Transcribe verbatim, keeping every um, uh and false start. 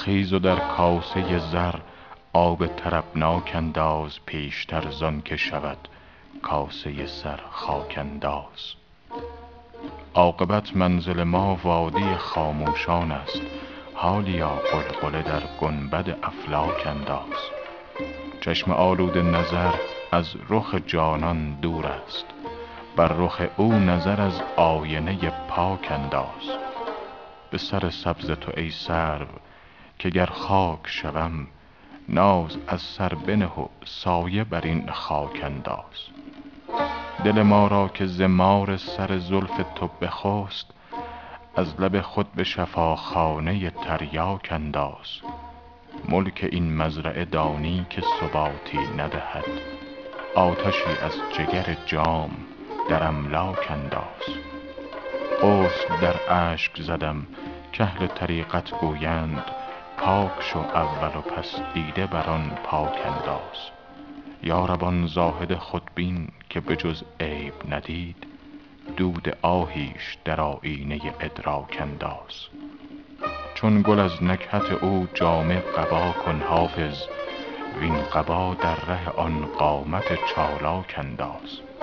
خیز و در کاسه زر آب طربناک انداز، پیشتر زان که شود کاسه سر خاک انداز. عاقبت منزل ما وادی خاموشان است، حالیا غلغله در گنبد افلاک انداز. چشم آلوده نظر از رخ جانان دور است، بر رخ او نظر از آینه پاک انداز. به سر سبز تو ای سرو که گر خاک شوم، ناز از سر بنه و سایه بر این خاک انداز. دل ما را که ز مار سر زلف تو بخست، از لب خود به شفاخانه تریاک انداز. ملک این مزرعه دانی که ثباتی ندهد، آتشی از جگر جام در املاک انداز. غسل در اشک زدم کاهل طریقت گویند، پاک شو اول و پس دیده بر آن پاک انداز. یا رب آن زاهد خودبین که به جز عیب ندید، دود آهیش در آیینه ادراک انداز. چون گل از نکهت او جامه قبا کن حافظ، وین قبا در ره آن قامت چالاک انداز.